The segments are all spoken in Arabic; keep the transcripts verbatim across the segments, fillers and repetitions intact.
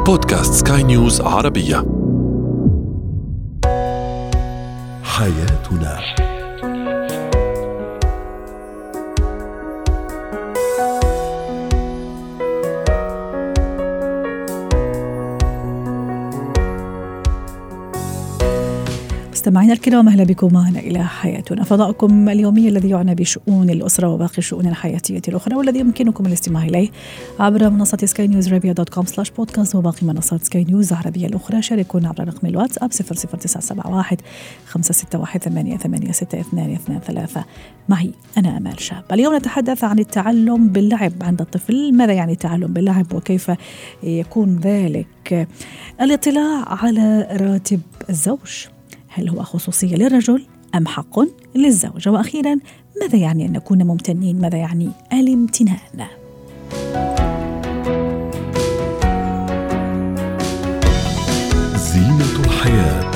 بودكاست سكاي نيوز عربية. حياتنا. مستمعينا الكرام، أهلا بكم معنا إلى حياتنا، فضاؤكم اليومي الذي يعنى بشؤون الأسرة وباقي الشؤون الحياتية الأخرى، والذي يمكنكم الاستماع إليه عبر منصة سكاي نيوز عربية دوت كوم سلاش بودكاست وباقي منصات سكاي نيوز العربية الأخرى. شاركونا عبر رقم الواتساب صفر صفر تسعة سبعة واحد خمسة ستة واحد ثمانية ثمانية ستة اثنان اثنان ثلاثة. معي أنا أمال شاب. اليوم نتحدث عن التعلم باللعب عند الطفل. ماذا يعني التعلم باللعب وكيف يكون ذلك؟ الاطلاع على راتب الزوج، هل هو خصوصية للرجل أم حق للزوجة؟ وأخيرا، ماذا يعني أن نكون ممتنين؟ ماذا يعني الامتنان؟ زينة الحياة.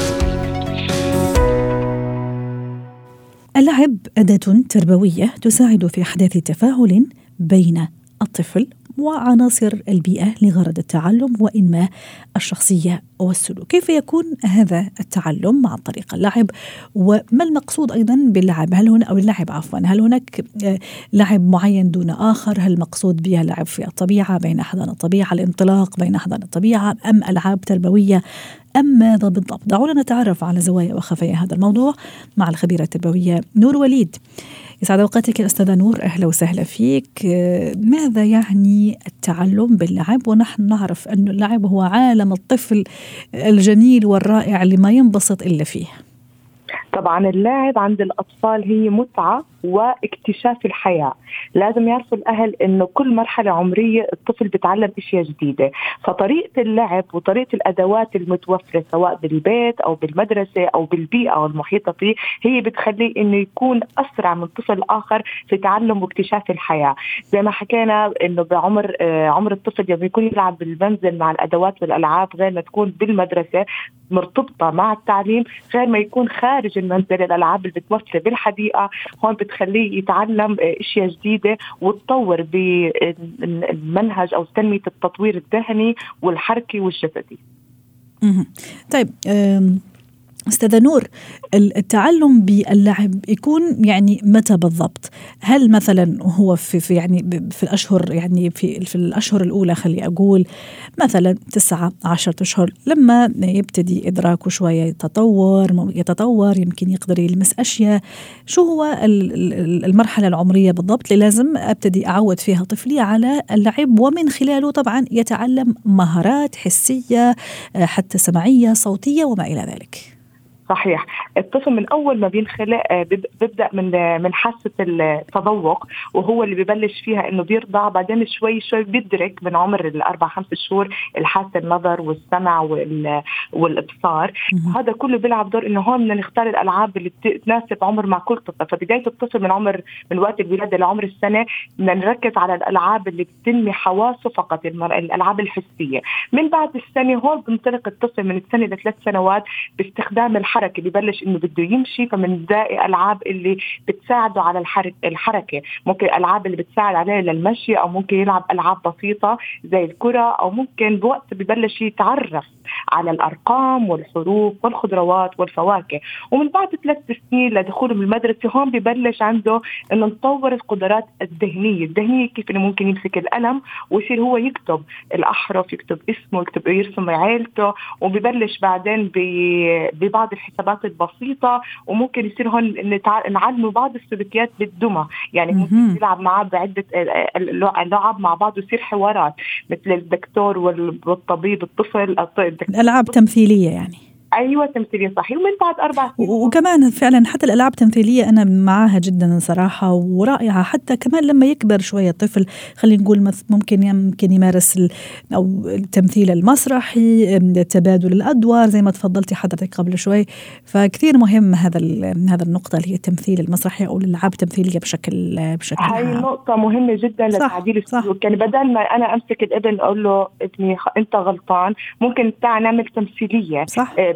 اللعب أداة تربوية تساعد في إحداث تفاعل بين الطفل وعناصر البيئة لغرض التعلم وإنماء الشخصية والسلوك. كيف يكون هذا التعلم؟ عن طريق اللعب. وما المقصود أيضا باللعب؟ هل هنا أو اللعب عفوا هل هناك لعب معين دون آخر؟ هل المقصود بها لعب في الطبيعة بين أحضان الطبيعة، الانطلاق بين أحضان الطبيعة، أم ألعاب تربوية، أم ماذا بالضبط؟ دعونا نتعرف على زوايا وخفايا هذا الموضوع مع الخبيرة التربوية نور وليد. يسعد أوقاتك أستاذة نور، أهلا وسهلا فيك. ماذا يعني التعلم باللعب؟ ونحن نعرف أن اللعب هو عالم الطفل الجميل والرائع اللي ما ينبسط إلا فيه. طبعا اللعب عند الأطفال هي متعة واكتشاف الحياة. لازم يعرفوا الأهل إنه كل مرحلة عمرية الطفل بيتعلم أشياء جديدة، فطريقة اللعب وطريقة الأدوات المتوفرة سواء بالبيت أو بالمدرسة أو بالبيئة المحيطة فيه هي بتخليه إنه يكون أسرع من طفل آخر في تعلم واكتشاف الحياة. زي ما حكينا إنه بعمر آه عمر الطفل يوم يكون يلعب بالمنزل مع الأدوات والألعاب غير ما تكون بالمدرسة مرتبطة مع التعليم، غير ما يكون خارج المنزل الألعاب اللي بتوفر بالحديقة، هون بتخليه يتعلم اشياء جديده وتطور بالمنهج او تنميه التطوير الذهني والحركي والجسدي. طيب أستاذة نور، التعلم باللعب يكون يعني متى بالضبط؟ هل مثلا هو في, في يعني في الأشهر يعني في في الأشهر الأولى، خلي أقول مثلا تسعة عشرة أشهر، لما يبتدي إدراكه شوية يتطور يتطور يمكن يقدر يلمس أشياء؟ شو هو المرحلة العمرية بالضبط اللي لازم أبتدي أعود فيها طفلي على اللعب، ومن خلاله طبعا يتعلم مهارات حسية حتى سمعية صوتية وما إلى ذلك؟ صحيح. الطفل من أول ما بينخلق بيبدأ من من حاسة التذوق، وهو اللي بيبلش فيها إنه بيرضع، بعدين شوي شوي بيدرك من عمر الأربع خمس شهور الحاسة النظر والسمع والإبصار. هذا كله بيلعب دور إنه هون بدنا نختار الألعاب اللي تناسب عمر مع كل طفل. فبداية الطفل من عمر من وقت الولادة لعمر السنة بدنا نركز على الألعاب اللي بتنمي حواسه فقط، الألعاب الحسية. من بعد السنة هون بنطلق الطفل من السنة لثلاث سنوات باستخدام الحركة، ببلش انه بده يمشي، فمن ذا العاب اللي بتساعده على الحركه الحركه ممكن الالعاب اللي بتساعد عليه للمشي، او ممكن يلعب العاب بسيطه زي الكره، او ممكن بوقت ببلش يتعرف على الارقام والحروف والخضروات والفواكه. ومن بعد ثلاث سنين لدخوله بالمدرسه هون ببلش عنده انه نطور القدرات الذهنيه الذهنيه كيف انه ممكن يمسك القلم ويصير هو يكتب الاحرف، يكتب اسمه، يكتب يرسم عائلته، وبيبلش بعدين ببعض الحسابات البسيطة. وممكن يصير هون نعلمه بعض السلوكيات بالدمى، يعني ممكن يلعب معاه بعدة اللعب مع بعض ويصير حوارات مثل الدكتور والطبيب الطفل، ألعاب تمثيلية يعني. أيوة تمثيلية صحيح. ومن بعد أربع سنين وكمان فعلا حتى الألعاب التمثيلية أنا معاها جدا صراحة ورائعة. حتى كمان لما يكبر شوية الطفل، خلينا نقول ممكن يمكن يمارس أو التمثيل المسرحي، تبادل الأدوار زي ما تفضلتي حضرتك قبل شوي. فكثير مهم هذا هذا النقطة اللي هي التمثيل المسرحي أو الألعاب التمثيلية بشكل بشكل هاي نقطة مهمة جدا لتعديل السلوك. يعني بدل ما أنا أمسك الابن أقول له ابني أنت غلطان، ممكن تعال نعمل تمثيلية. صح.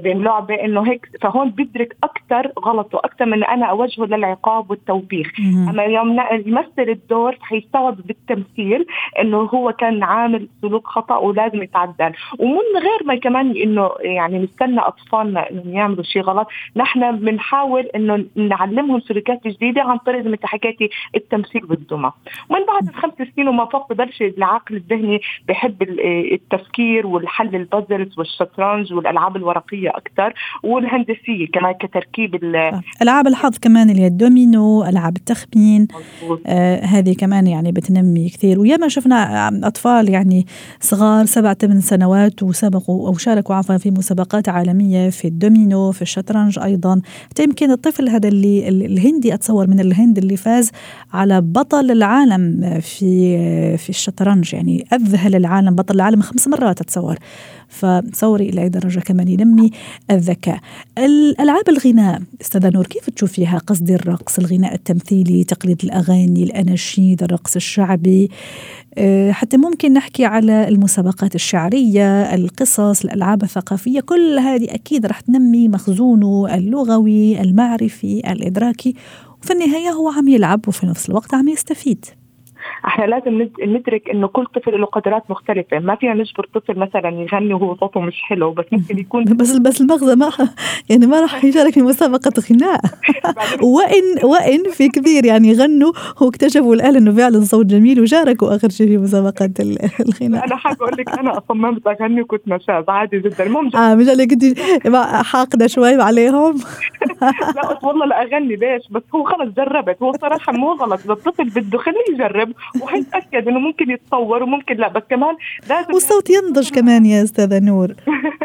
بين لعبة إنه هيك، فهون بدرك أكتر غلطه أكتر من أنا أوجهه للعقاب والتوبيخ. أما يوم يمثل الدور حيستوعب بالتمثيل إنه هو كان عامل سلوك خطأ ولازم يتعدل. ومن غير ما كمان إنه يعني نستنى أطفالنا إنه يعملوا شيء غلط، نحن بنحاول إنه نعلمهم سلوكات جديدة عن طريق زي ما انت حكيتي التمثيل بالدمى. ومن بعد الخمس سنين وما فوق ببلش العقل الذهني بحب التفكير والحل البازلز والشطرنج والألعاب الورقية أكتر والهندسية كمان كتركيب ألعاب الحظ كمان اللي الدومينو، ألعاب التخمين، آه هذه كمان يعني بتنمي كثير. وياما شفنا أطفال يعني صغار سبع ثمان سنوات وسبقوا أو شاركوا عفوا في مسابقات عالمية في الدومينو في الشطرنج أيضا. يمكن الطفل هذا اللي الهندي أتصور من الهند اللي فاز على بطل العالم في في الشطرنج، يعني أذهل العالم بطل العالم خمس مرات أتصور. فتصوري إلى أي درجة كمان ينمي الذكاء. الألعاب الغناء أستاذة نور كيف تشوفيها؟ قصدي الرقص، الغناء التمثيلي، تقليد الأغاني، الأناشيد، الرقص الشعبي، حتى ممكن نحكي على المسابقات الشعرية، القصص، الألعاب الثقافية، كل هذه أكيد رح تنمي مخزونه اللغوي المعرفي الإدراكي، وفي النهاية هو عم يلعب وفي نفس الوقت عم يستفيد. احنا لازم ندرك انه كل طفل له قدرات مختلفه، ما فينا نجبر طفل مثلا يغني وهو صوته مش حلو، بس ممكن يكون بس بس المغزى ما يعني ما راح يشارك في مسابقه غناء وان وان في كثير يعني غنوا واكتشفوا الان انه فعلا صوت جميل وشاركوا اخر شيء في مسابقه الغناء. انا حابه اقول لك انا صممت اغني وكنت نشاز عادي جدا. المهم اه مش اللي كنت حاقده شوي عليهم لا والله لا اغني ليش، بس هو خلص جربت، هو صراحه مو غلط، الطفل بده خليه يجرب وحيتأكد إنه ممكن يتطور وممكن لا، بس كمان لازم والصوت ينضج كمان يا أستاذة نور.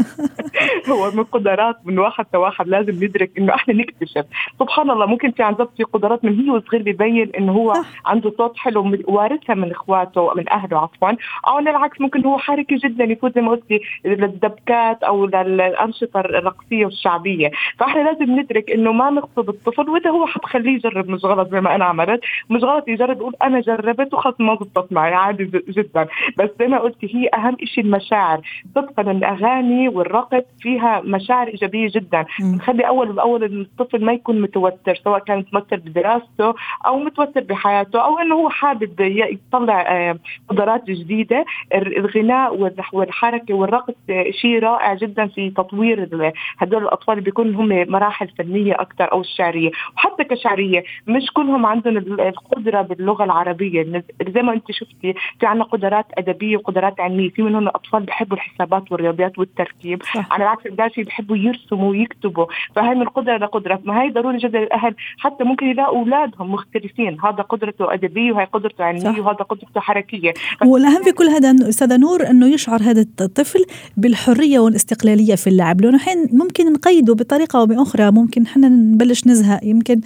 هو من قدرات من واحد لواحد لازم ندرك إنه إحنا نكتشف. سبحان الله ممكن في عن جد في قدرات من هي وصغير بيبين إنه هو عنده صوت حلو وارثها من إخواته من أهله عفوا، أو العكس ممكن هو حركي جدا يفوت زي ما قلتي للدبكات أو للأنشطة الرقصية والشعبية. فإحنا لازم ندرك إنه ما نغصب الطفل، وإذا هو حب خليه يجرب مش غلط زي ما أنا عملت، مش غلط يجرب يقول أنا جربت وخلص ما ضبطت معي عادي جدا. بس زي ما قلت هي أهم إشي المشاعر. صدقا الأغاني والرقص فيها مشاعر إيجابية جدا، نخلي أول بأول الطفل ما يكون متوتر، سواء كان متوتر بدراسته أو متوتر بحياته أو إنه هو حابب يطلع قدرات جديدة. الغناء والحركة والرقص شيء رائع جدا في تطوير هدول الأطفال اللي بيكون هم مراحل فنية أكتر أو الشعرية. وحتى كشعرية مش كلهم عندهم القدرة باللغة العربية، زي ما انت شفتي في عنا قدرات أدبية وقدرات علمية. في منهم أطفال بيحبوا الحسابات والرياضيات والتركيب، على العكس الداشي بيحبوا يرسموا ويكتبوا. فهي من قدرة لقدرة، ما هي ضروري جدا الأهل حتى ممكن يلاقوا أولادهم مختلفين، هذا قدرته أدبية وهي قدرته علمية وهذا قدرته حركية. والأهم في كل هذا أستاذة نور أنه يشعر هذا الطفل بالحرية والاستقلالية في اللعب، لأنه حين ممكن نقيده بطريقة أو بأخرى، ممكن حنا نبلش نزهق يمكن.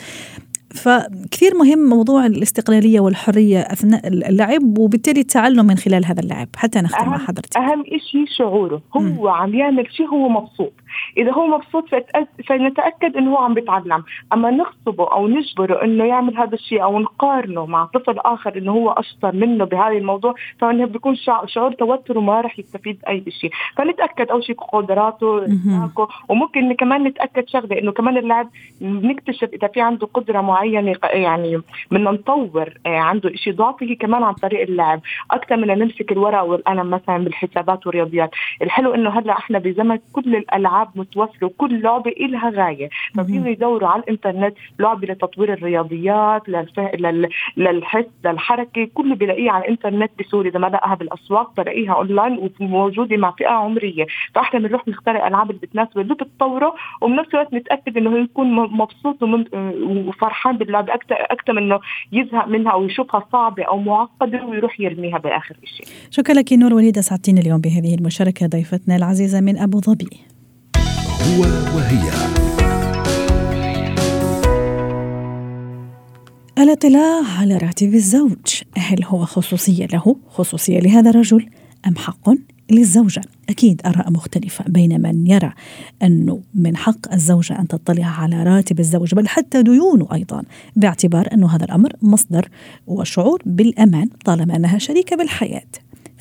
فكثير مهم موضوع الاستقلالية والحرية أثناء اللعب، وبالتالي التعلم من خلال هذا اللعب. حتى نختم مع حضرتك، أهم إشي شعوره، هو م. عم يعمل شيء هو مبسوط. إذا هو مبسوط فنتأكد إنه هو عم بيتعلم. أما نغصبه أو نجبره إنه يعمل هذا الشيء أو نقارنه مع طفل آخر إنه هو أشطر منه بهذا الموضوع، فإنه بيكون شعور توتر وما راح يستفيد أي شيء. فنتأكد أول شيء قدراته إدراكه، وممكن كمان نتأكد شغلة إنه كمان اللاعب نكتشف إذا في عنده قدرة معينة، يعني بدنا نطور عنده شيء ضعفه كمان عن طريق اللعب أكثر من نمسك الورق والقلم مثلا بالحسابات والرياضيات. الحلو إنه هلا إحنا بزمن كل الألعاب متوفرة وكل لعبة إلها غاية، ففيهم يدوروا على الإنترنت لعبة لتطوير الرياضيات للفه... لل... للحس للحركة، كله بلاقيه على الإنترنت بسهولة. إذا ما لقاها بالأسواق بلاقيها أونلاين وموجودة مع فئة عمرية. فإحنا بنروح نختار ألعاب اللي بتناسبه اللي بتطوره، وبنفس الوقت نتأكد إنه يكون مبسوط ومن... وفرحان باللعبة أكثر أكثر من إنه يزهق منها أو يشوفها صعبة أو معقدة ويروح يرميها بآخر شيء. شكرا لك نور وليدة، سعدتينا اليوم بهذه المشاركة، ضيفتنا العزيزة من أبو ظبي. هو وهي. الاطلاع على راتب الزوج، هل هو خصوصية له، خصوصية لهذا الرجل، أم حق للزوجة؟ أكيد آراء مختلفة بين من يرى أنه من حق الزوجة أن تطلع على راتب الزوج بل حتى ديونه أيضا، باعتبار أنه هذا الأمر مصدر وشعور بالأمان طالما أنها شريكة بالحياة.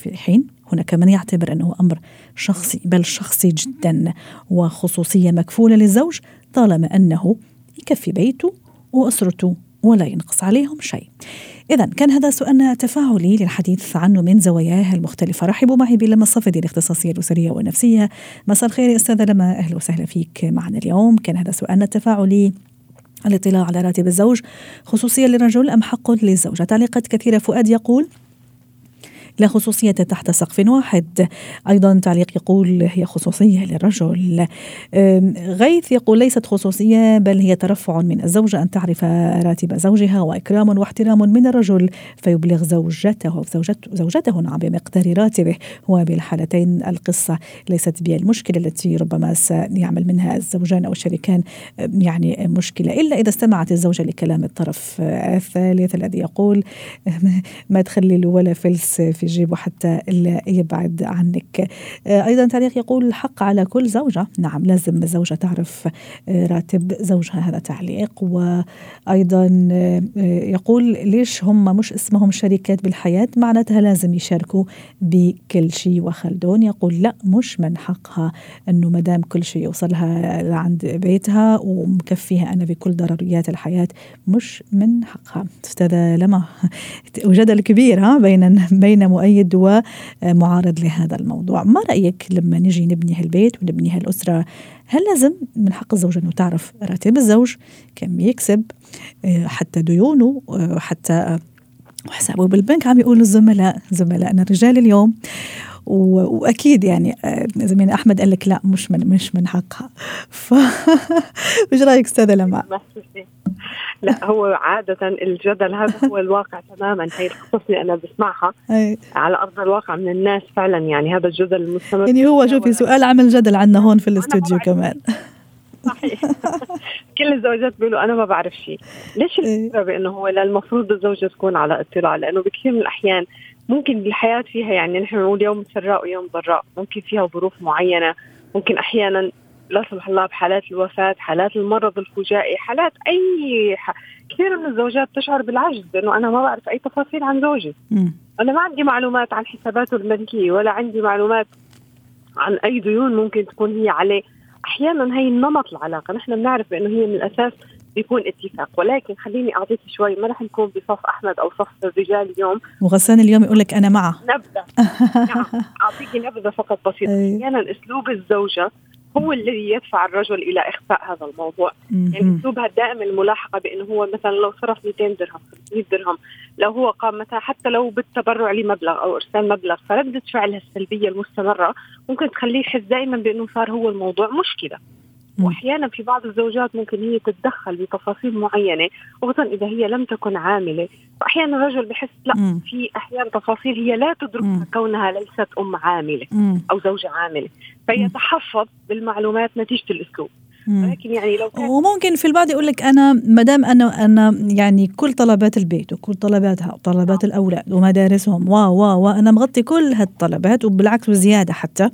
في حين هناك من يعتبر أنه أمر شخصي، بل شخصي جدا، وخصوصية مكفولة للزوج طالما أنه يكفي بيته وأسرته ولا ينقص عليهم شيء. إذن كان هذا سؤالنا التفاعلي للحديث عنه من زواياه المختلفة. رحبوا معي بلمى الصفدي، الاختصاصية الأسرية والنفسية. مساء الخير يا أستاذة لمى، أهلا وسهلا فيك معنا اليوم. كان هذا سؤالنا التفاعلي، الاطلاع على راتب الزوج خصوصية للرجل أم حق للزوجة؟ تعليقات كثيرة. فؤاد يقول لا خصوصية تحت سقف واحد. أيضا تعليق يقول هي خصوصية للرجل. غيث يقول ليست خصوصية بل هي ترفع من الزوجة أن تعرف راتب زوجها، وإكرام واحترام من الرجل فيبلغ زوجته أو زوجته, زوجته نعم بمقدار راتبه. وبالحالتين القصة ليست بالمشكلة التي ربما سيعمل منها الزوجان أو الشريكان يعني مشكلة، إلا إذا استمعت الزوجة لكلام الطرف الثالث الذي يقول ما تخلي له ولا فلس في جيبه حتى إلا يبعد عنك. أيضا تعليق يقول الحق على كل زوجة، نعم لازم الزوجة تعرف راتب زوجها، هذا تعليق. وأيضا يقول ليش هم مش اسمهم شريكات بالحياة، معناتها لازم يشاركوا بكل شيء. وخلدون يقول لا، مش من حقها أنه مدام كل شيء يوصلها لعند بيتها ومكفيها أنا بكل ضروريات الحياة، مش من حقها. أستاذة لمى، وجدل كبير ها بين بين مؤيد ومعارض لهذا الموضوع. ما رأيك لما نجي نبني هالبيت ونبني هالأسرة، هل لازم من حق الزوجة أنه تعرف راتب الزوج، كم يكسب، حتى ديونه، حتى وحسابه بالبنك؟ عم يقولوا الزملاء زملائنا الرجال اليوم، وأكيد يعني زميلنا أحمد قال لك لا مش من مش من حقها. ف وش رأيك أستاذة لمى؟ لا، هو عادة الجدل هذا هو الواقع تماما. هي القصص اللي أنا بسمعها أي. على أرض الواقع من الناس فعلا، يعني هذا الجدل المستمر. يعني هو شوفي سؤال عمل جدل عنا هون في الاستوديو كمان. صحيح. كل الزوجات بيقولوا أنا ما بعرف شيء. ليش الفكرة بأنه هو لا المفروض الزوجة تكون على اطلاع؟ لأنه بكثير من الأحيان ممكن بالحياة فيها، يعني نحن نقول يوم سراء ويوم ضراء، ممكن فيها ظروف معينة، ممكن أحيانا لا سمح الله بحالات الوفاة، حالات المرض الفجائي، حالات أي ح... كثير من الزوجات تشعر بالعجز بأنه أنا ما بعرف أي تفاصيل عن زوجي. م. أنا ما عندي معلومات عن حساباته البنكية، ولا عندي معلومات عن أي ديون ممكن تكون هي عليه. أحيانا هي النمط العلاقة نحن بنعرف بأنه هي من الأساس بيكون اتفاق، ولكن خليني أعطيك شوي، ما رح نكون بصف أحمد أو صف الرجال اليوم. وغسان اليوم يقول لك أنا معه نبذة. نعم، أعطيكي نبذة فقط بسيطة. أحيانا أسلوب الزوجة هو الذي يدفع الرجل إلى إخفاء هذا الموضوع. يعني أسلوبها دائما الملاحقة بأنه هو مثلا لو صرف مئتين درهم خمسمئة درهم، لو هو قام مثلا حتى لو بالتبرع لمبلغ أو إرسال مبلغ، فردة فعلها السلبية المستمرة ممكن تخليه يحس دائما بأنه صار هو الموضوع مشكلة. وأحيانا في بعض الزوجات ممكن هي تتدخل بتفاصيل معينة، وخصوصا إذا هي لم تكن عاملة. فأحيانا الرجل بحس لا مم. في أحيانا تفاصيل هي لا تدركها كونها ليست أم عاملة مم. أو زوجة عاملة، فيتحفظ بالمعلومات نتيجة الأسلوب. ولكن يعني لو كان وممكن في البعض يقول لك أنا مدام أنا أنا يعني كل طلبات البيت وكل طلباتها وطلبات الأولاد ومدارسهم وا وا وأنا مغطي كل هالطلبات وبالعكس وزيادة حتى،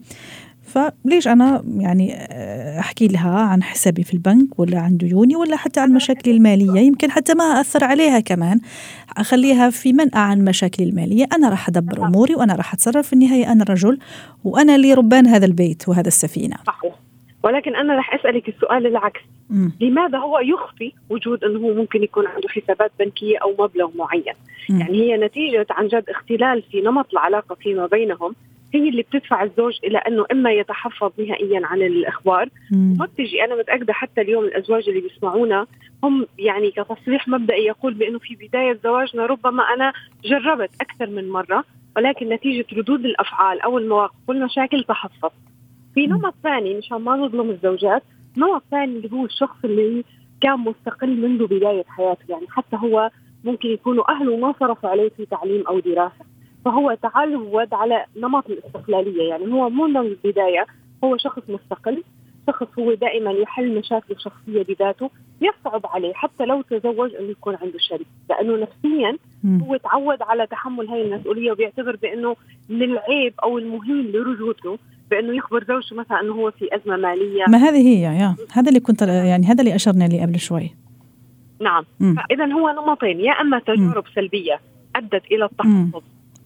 فليش أنا يعني أحكي لها عن حسابي في البنك ولا عن ديوني ولا حتى عن مشاكلي المالية؟ يمكن حتى ما أثر عليها كمان، أخليها في منأى عن مشاكلي المالية. أنا راح أدبر أموري وأنا راح أتصرف، في النهاية أنا الرجل وأنا اللي ربان هذا البيت وهذا السفينة. صحيح. ولكن أنا راح أسألك السؤال العكس، م. لماذا هو يخفي وجود أنه هو ممكن يكون عنده حسابات بنكية أو مبلغ معين؟ م. يعني هي نتيجة عن جد اختلال في نمط العلاقة فيما بينهم، هي اللي بتدفع الزوج إلى أنه إما يتحفظ نهائيا عن الإخبار. وما بتجي، أنا متأكدة حتى اليوم الأزواج اللي بيسمعونا هم يعني كتصريح مبدئي يقول بأنه في بداية زواجنا ربما أنا جربت أكثر من مرة، ولكن نتيجة ردود الأفعال أو المواقف والمشاكل تحفظ. في نمط ثاني، مشان ما نظلم الزوجات، نمط ثاني اللي هو الشخص اللي كان مستقل منذ بداية حياته، يعني حتى هو ممكن يكونوا أهله ما صرفوا عليه في تعليم أو دراسة، فهو تعود على نمط الاستقلالية. يعني هو من البداية هو شخص مستقل، شخص هو دائما يحل مشاكل شخصية بذاته، يصعب عليه حتى لو تزوج أنه يكون عنده شريك، لأنه نفسيا هو تعود على تحمل هاي المسؤولية، وبيعتبر بأنه من العيب أو المهين لرجوته بأنه يخبر زوجته مثلا أنه هو في أزمة مالية. ما هذه هي يا هذا اللي كنت يعني هذا اللي أشرنا لي قبل شوي. نعم. إذن هو نمطين، يا أما تجارب مم. سلبية أدت إلى التحفظ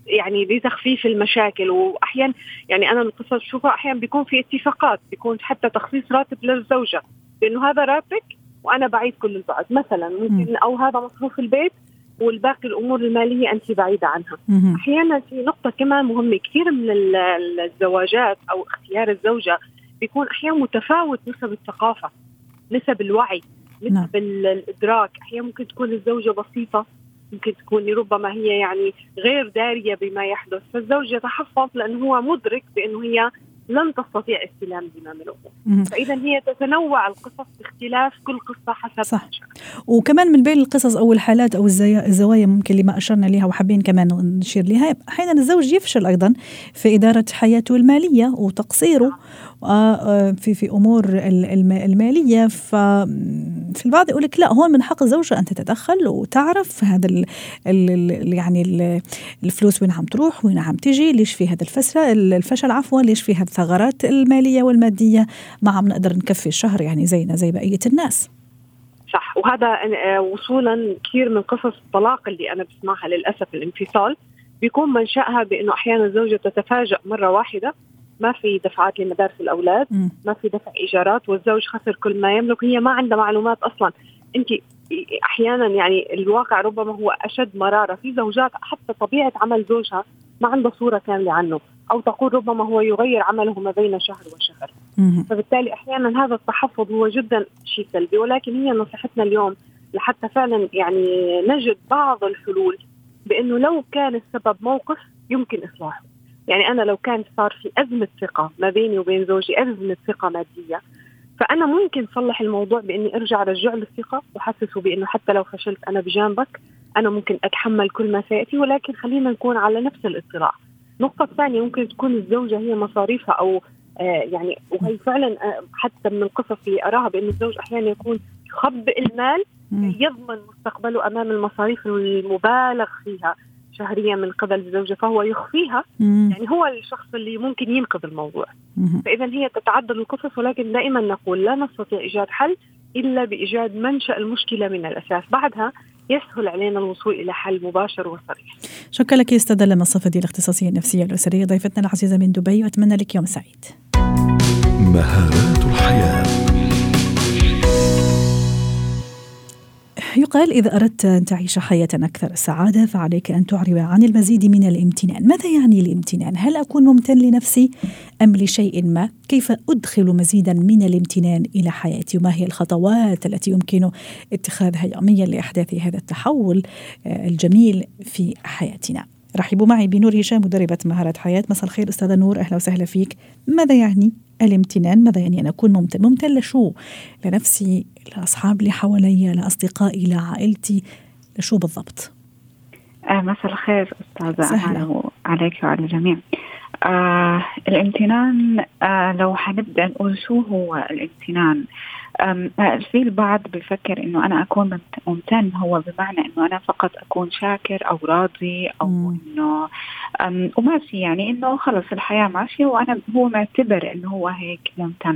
يعني لتخفيف المشاكل. وأحيانا يعني أنا القصص شوفها أحيانا بيكون في اتفاقات، بيكون حتى تخصيص راتب للزوجة بأنه هذا راتبك وأنا بعيد كل البعد مثلا ممكن، أو هذا مصروف البيت والباقي الأمور المالية أنت بعيدة عنها. أحيانا في نقطة كمان مهمة، كثير من الزواجات أو اختيار الزوجة بيكون أحيانا متفاوت نسب الثقافة، نسب الوعي، نسب نعم. الإدراك. أحيانا ممكن تكون الزوجة بسيطة، ممكن تكون ربما هي يعني غير دارية بما يحدث، فالزوج يتحفظ لأنه هو مدرك بأنه هي لن تستطيع استلام زمام الأمور. فإذا هي تتنوع القصص باختلاف كل قصة حسب صح. وكمان من بين القصص أو الحالات أو الزوايا ممكن لما أشرنا لها وحابين كمان نشير لها، أحيانا الزوج يفشل أيضا في إدارة حياته المالية وتقصيره في في أمور المالية. ففي البعض يقول لك لا، هون من حق الزوجة أن تتدخل وتعرف هذا ال ال يعني ال الفلوس وين عم تروح وين عم تجي، ليش في هذا الفشل الفشل عفوا ليش في هذه الثغرات المالية والمادية، ما عم نقدر نكفي الشهر يعني زينا زي بقية الناس. صح. وهذا وصولا كثير من قصص الطلاق اللي أنا بسمعها للأسف، الانفصال بيكون منشأها بأنه أحيانا الزوجة تتفاجأ مرة واحدة ما في دفعات لمدارس الأولاد، م. ما في دفع إيجارات، والزوج خسر كل ما يملك، هي ما عندها معلومات أصلا. أنت أحيانا يعني الواقع ربما هو أشد مرارة، في زوجات حتى طبيعة عمل زوجها ما عنده صورة كاملة عنه، أو تقول ربما هو يغير عمله ما بين شهر وشهر. م. فبالتالي أحيانا هذا التحفظ هو جدا شيء سلبي. ولكن هي نصيحتنا اليوم لحتى فعلا يعني نجد بعض الحلول، بأنه لو كان السبب موقف يمكن إصلاحه. يعني أنا لو كان صار في أزمة ثقة ما بيني وبين زوجي، أزمة ثقة مادية، فأنا ممكن صلح الموضوع بإني أرجع رجع له الثقة وحسسه بإنه حتى لو فشلت أنا بجانبك، أنا ممكن أتحمل كل ما سيأتي، ولكن خلينا نكون على نفس الاطلاع. نقطة ثانية، ممكن تكون الزوجة هي مصاريفها أو آه يعني، وهي فعلا آه حتى من القصص اللي أراها بأن الزوج أحيانا يكون يخبئ المال يضمن مستقبله أمام المصاريف المبالغ فيها شهريا من قبل الزوجة، فهو يخفيها. مم. يعني هو الشخص اللي ممكن ينقذ الموضوع. مم. فإذا هي تتعدد القصص، ولكن دائما نقول لا نستطيع إيجاد حل إلا بإيجاد منشأ المشكلة من الأساس، بعدها يسهل علينا الوصول إلى حل مباشر وصريح. شكرا لك أستاذة لما الصفدي، الاختصاصية النفسية الأسرية، ضيفتنا العزيزة من دبي، وأتمنى لك يوم سعيد. مهارات الحياة. يقال إذا أردت أن تعيش حياة أكثر سعادة فعليك أن تعرب عن المزيد من الامتنان. ماذا يعني الامتنان؟ هل أكون ممتن لنفسي أم لشيء ما؟ كيف أدخل مزيدا من الامتنان إلى حياتي؟ وما هي الخطوات التي يمكن اتخاذها يوميا لإحداث هذا التحول الجميل في حياتنا؟ رحبوا معي بنور هشام، مدربة مهارات حياة. مساء الخير أستاذة نور، أهلا وسهلا فيك. ماذا يعني الامتنان؟ ماذا يعني أن أكون ممتن؟ ممتن لشو؟ لنفسي، لأصحاب اللي حوالي، لأصدقائي، لعائلتي، لشو بالضبط؟ آه مساء الخير أستاذة عليك وعلى الجميع. آه الامتنان، آه لو حنبدأ نقول شو هو الامتنان. في البعض بيفكر إنه أنا أكون ممتن هو بمعنى إنه أنا فقط أكون شاكر أو راضي أو م. إنه وماشي، يعني إنه خلص الحياة ماشية وأنا هو معتبر إنه هو هيك ممتن.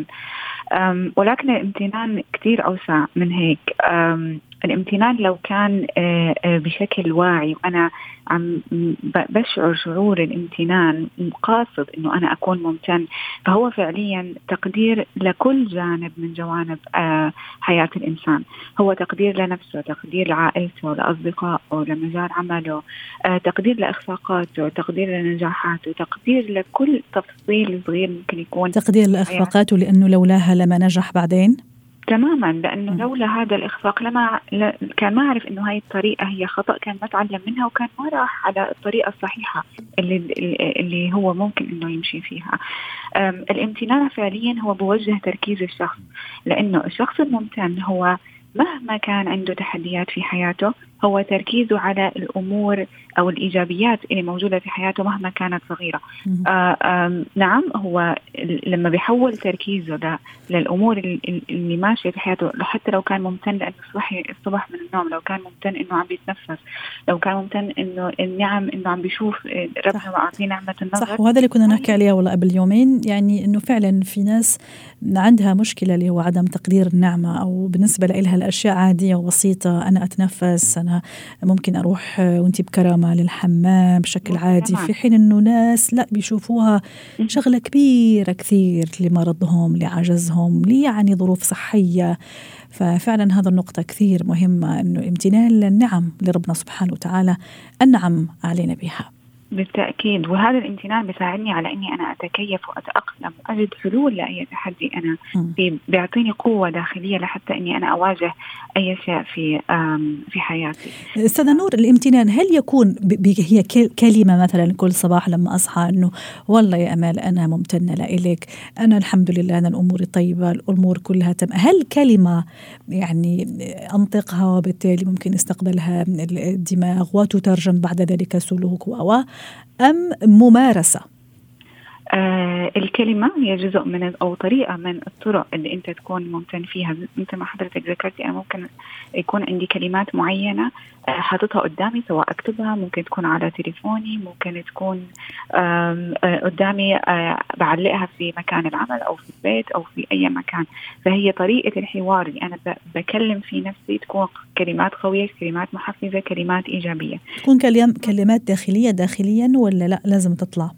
ولكن الامتنان كتير أوسع من هيك. الامتنان لو كان بشكل واعي وأنا عم بشعر شعور الامتنان قاصد إنه أنا أكون ممتن، فهو فعليا تقدير لكل جانب من جوانب حياة الإنسان. هو تقدير لنفسه، تقدير لعائلته، لأصدقائه، لمجال عمله، تقدير لإخفاقاته، تقدير لنجاحاته، تقدير لكل تفصيل صغير ممكن يكون. تقدير لإخفاقاته لأنه لولاها لما نجح بعدين. تماما، لأنه م. لولا هذا الإخفاق لما ل... كان ما عرف إنه هاي الطريقة هي خطأ، كان ما تعلم منها وكان ما راح على الطريقة الصحيحة اللي اللي هو ممكن إنه يمشي فيها. الامتنان فعليا هو بوجه تركيز الشخص، لأنه الشخص الممتن هو مهما كان عنده تحديات في حياته هو تركيزه على الأمور أو الإيجابيات اللي موجودة في حياته مهما كانت صغيرة. آه نعم، هو لما بيحول تركيزه للأمور اللي ماشية في حياته، حتى لو كان ممتن لأنه صحي الصبح من النوم، لو كان ممتن إنه عم بيتنفس، لو كان ممتن إنه النعم إنه عم بيشوف ربنا وعطيه نعمة النظر. صح، وهذا اللي كنا نحكي عليه والله قبل يومين، يعني إنه فعلا في ناس عندها مشكلة اللي هو عدم تقدير النعمة، أو بالنسبة لها الأشياء عادية وبسيطة، أنا أتنفس، أنا ممكن أروح وأنتي بكرامة للحمام بشكل عادي، في حين أنه ناس لا بيشوفوها شغلة كبيرة كثير لمرضهم، لعجزهم، لي يعني ظروف صحية. ففعلا هذا النقطة كثير مهمة، أنه امتنان للنعم لربنا سبحانه وتعالى أنعم علينا بها. بالتأكيد، وهذا الامتنان بيساعدني على أني أنا أتكيف وأتأقلم وأجد حلول لأي تحدي أنا في، بيعطيني قوة داخلية لحتى أني أنا أواجه أي شيء في في حياتي. أستاذة نور، الامتنان هل يكون هي كلمة مثلا كل صباح لما أصحى أنه والله يا أمال أنا ممتنة لإلك، أنا الحمد لله أنا الأمور طيبة، الأمور كلها تم، هل كلمة يعني أنطقها وبالتالي ممكن يستقبلها الدماغ وتترجم بعد ذلك سلوك و أم ممارسة؟ آه الكلمة هي جزء من أو طريقة من الطرق اللي أنت تكون ممتن فيها. أنت ما حضرتك ذكرتي أنا ممكن يكون عندي كلمات معينة آه حاطتها قدامي، سواء أكتبها، ممكن تكون على تليفوني، ممكن تكون آه آه قدامي آه بعلقها في مكان العمل أو في البيت أو في أي مكان. فهي طريقة الحوار اللي أنا بكلم في نفسي تكون كلمات قوية، كلمات محفزة، كلمات إيجابية. تكون كلمات داخلية داخليا ولا لا لازم تطلع؟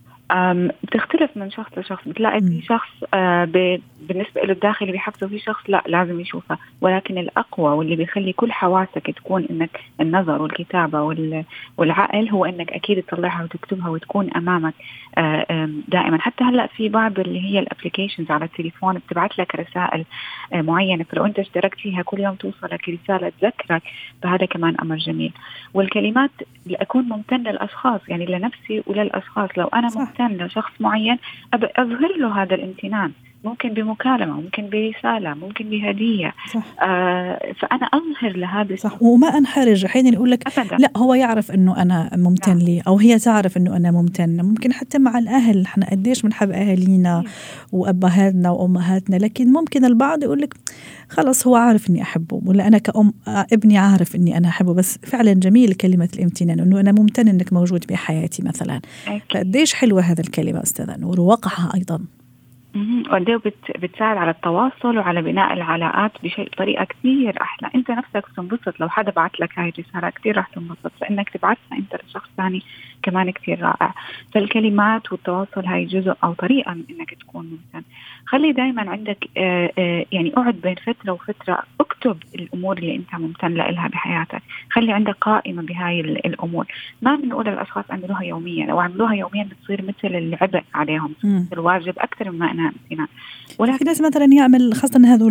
بتختلف من شخص لشخص. بتلاقي في شخص آه بالنسبة له الداخلي بيحفظه، في شخص لا لازم يشوفها. ولكن الأقوى واللي بيخلي كل حواسك تكون إنك النظر والكتابة والعقل هو إنك أكيد تطلعها وتكتبها وتكون أمامك آه دائما. حتى هلأ في بعض اللي هي الابليكيشنز على التليفون بتبعت لك رسائل آه معينة، فلو أنت اشتركت فيها كل يوم توصلك رسالة تذكرك، فهذا كمان أمر جميل. والكلمات أكون ممتن للأشخاص، يعني لنفسي وللأشخاص. لو أنا ممتن لشخص معين أظهر له هذا الامتنان، ممكن بمكالمة، ممكن برسالة، ممكن بهدية. آه فأنا أظهر لهذا صح، وما أنحرج. حين يقول لك لا هو يعرف أنه أنا ممتن نعم. لي، أو هي تعرف أنه أنا ممتن. ممكن حتى مع الأهل، إحنا قديش بنحب أهالينا وأبهاتنا وأمهاتنا، لكن ممكن البعض يقول لك خلص هو عارف إني أحبه، ولا أنا كأم ابني عارف إني أنا أحبه. بس فعلا جميل كلمة الامتنان، إنه أنا ممتن إنك موجود بحياتي مثلا. فقديش حلوة هذا الكلمة أستاذة نور، ووقعها أيضا وقديه بتساعد على التواصل وعلى بناء العلاقات بشيء بطريقة كثير أحلى. أنت نفسك تنبسط لو حدا بعت لك هاي الرسالة، كثير راح تنبسط، فإنك تبعتها أنت لشخص ثاني كمان كثير رائع. فالكلمات والتواصل هاي جزء أو طريقة من إنك تكون ممتن. خلي دايما عندك آآ آآ يعني اقعد بين فترة وفترة اكتب الأمور اللي أنت ممتن لها بحياتك. خلي عندك قائمة بهاي الأمور. ما بنقول للأشخاص عملوها يوميا، لو عملوها يوميا بتصير مثل العبء عليهم، الواجب أكثر مما أنها امتنان. في ناس مثلا يعمل خاصة هذو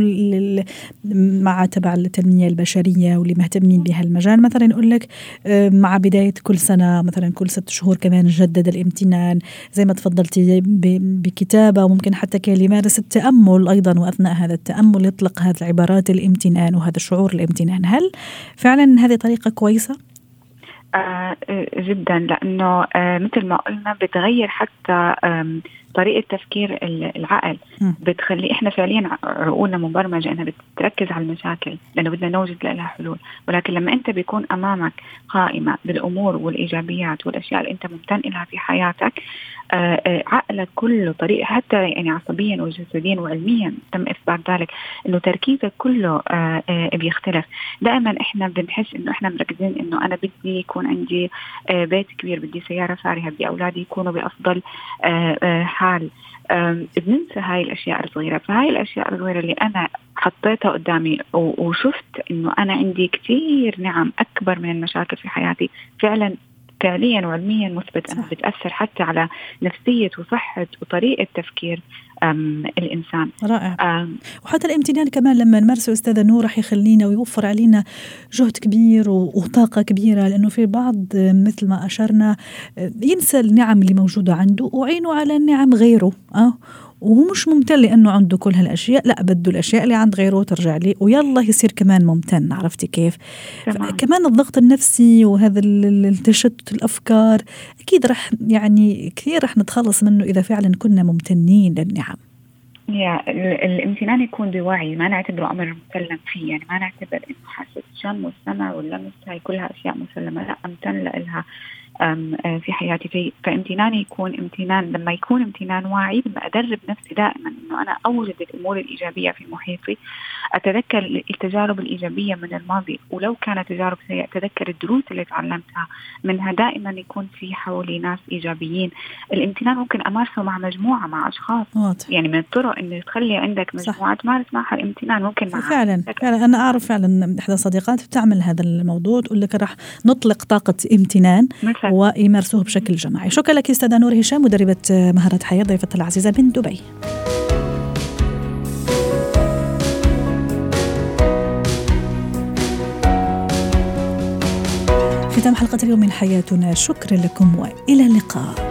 مع تبع التنمية البشرية واللي مهتمين بها المجال، مثلا يقول لك مع بداية كل سنة مثلا كل ست شهور كمان جدد الامتنان، زي ما تفضلتي بكتابة، وممكن حتى كلمات التأمل أيضا، وأثناء هذا التأمل يطلق هذه العبارات الامتنان وهذا الشعور الامتنان. هل فعلا هذه طريقة كويسة؟ آه جدا، لأنه آه مثل ما قلنا بتغير حتى آه طريقة تفكير العقل. م. بتخلي إحنا فعليا عقولنا مبرمجة إنها بتركز على المشاكل لأنه بدنا نوجد لها حلول. ولكن لما أنت بيكون أمامك قائمة بالأمور والإيجابيات والأشياء اللي أنت ممتن لها في حياتك، آه آه عقلك كله طريقة حتى يعني عصبيا وجسديا وعلميا تم إثبات ذلك إنه تركيزك كله آه آه بيختلف. دائما إحنا بنحس إنه إحنا مركزين إنه أنا بدي يكون عندي آه بيت كبير، بدي سيارة فارهة، بدي أولادي يكونوا بأفضل آه آه حال. بننسى هاي الأشياء الصغيرة. فهاي الأشياء الصغيرة اللي أنا حطيتها قدامي وشفت إنه أنا عندي كتير نعم أكبر من المشاكل في حياتي، فعلا فعليا وعلميا مثبت أنها بتأثر حتى على نفسية وصحة وطريقة تفكير الإنسان. رائع. وحتى الامتنان كمان لما نمارسه أستاذة نور راح يخلينا ويوفر علينا جهد كبير وطاقة كبيرة، لأنه في بعض مثل ما أشرنا ينسى النعم اللي موجودة عنده وعينه على النعم غيره، أه وهو مش ممتن لأنه عنده كل هالأشياء، لا بده الأشياء اللي عند غيره ترجع لي ويلا يصير كمان ممتن. عرفتي كيف؟ كمان الضغط النفسي وهذا التشتت الأفكار أكيد رح يعني كثير رح نتخلص منه إذا فعلا كنا ممتنين للنعم. يا الامتنان يكون بوعي، ما نعتبره أمر مسلم فيه، يعني ما نعتبر إنه حاسة الشم والسمع واللمس هاي كلها أشياء مسلمة، لا أمتن لها في حياتي. فامتناني يكون امتنان لما يكون امتنان واعي، لما أدرب نفسي دائما إنه أنا أوجد الأمور الإيجابية في محيطي، أتذكر التجارب الإيجابية من الماضي، ولو كانت تجارب سيئة أتذكر الدروس اللي تعلمتها منها. دائما يكون في حولي ناس إيجابيين. الامتنان ممكن أمارسه مع مجموعة، مع أشخاص واضح. يعني من الطرق إنه تخلي عندك مجموعة تمارس معها الامتنان. ممكن معها فعلا فعلا أنا أعرف فعلا إحدى صديقات تعمل هذا الموضوع، تقول لك راح نطلق طاقة امتنان مثل. ويمارسوه بشكل جماعي. شكرا لك أستاذة نور هشام، مدربة مهارات حياة، ضيفتنا العزيزة من دبي. ختام حلقة اليوم من حياتنا، شكرا لكم وإلى اللقاء.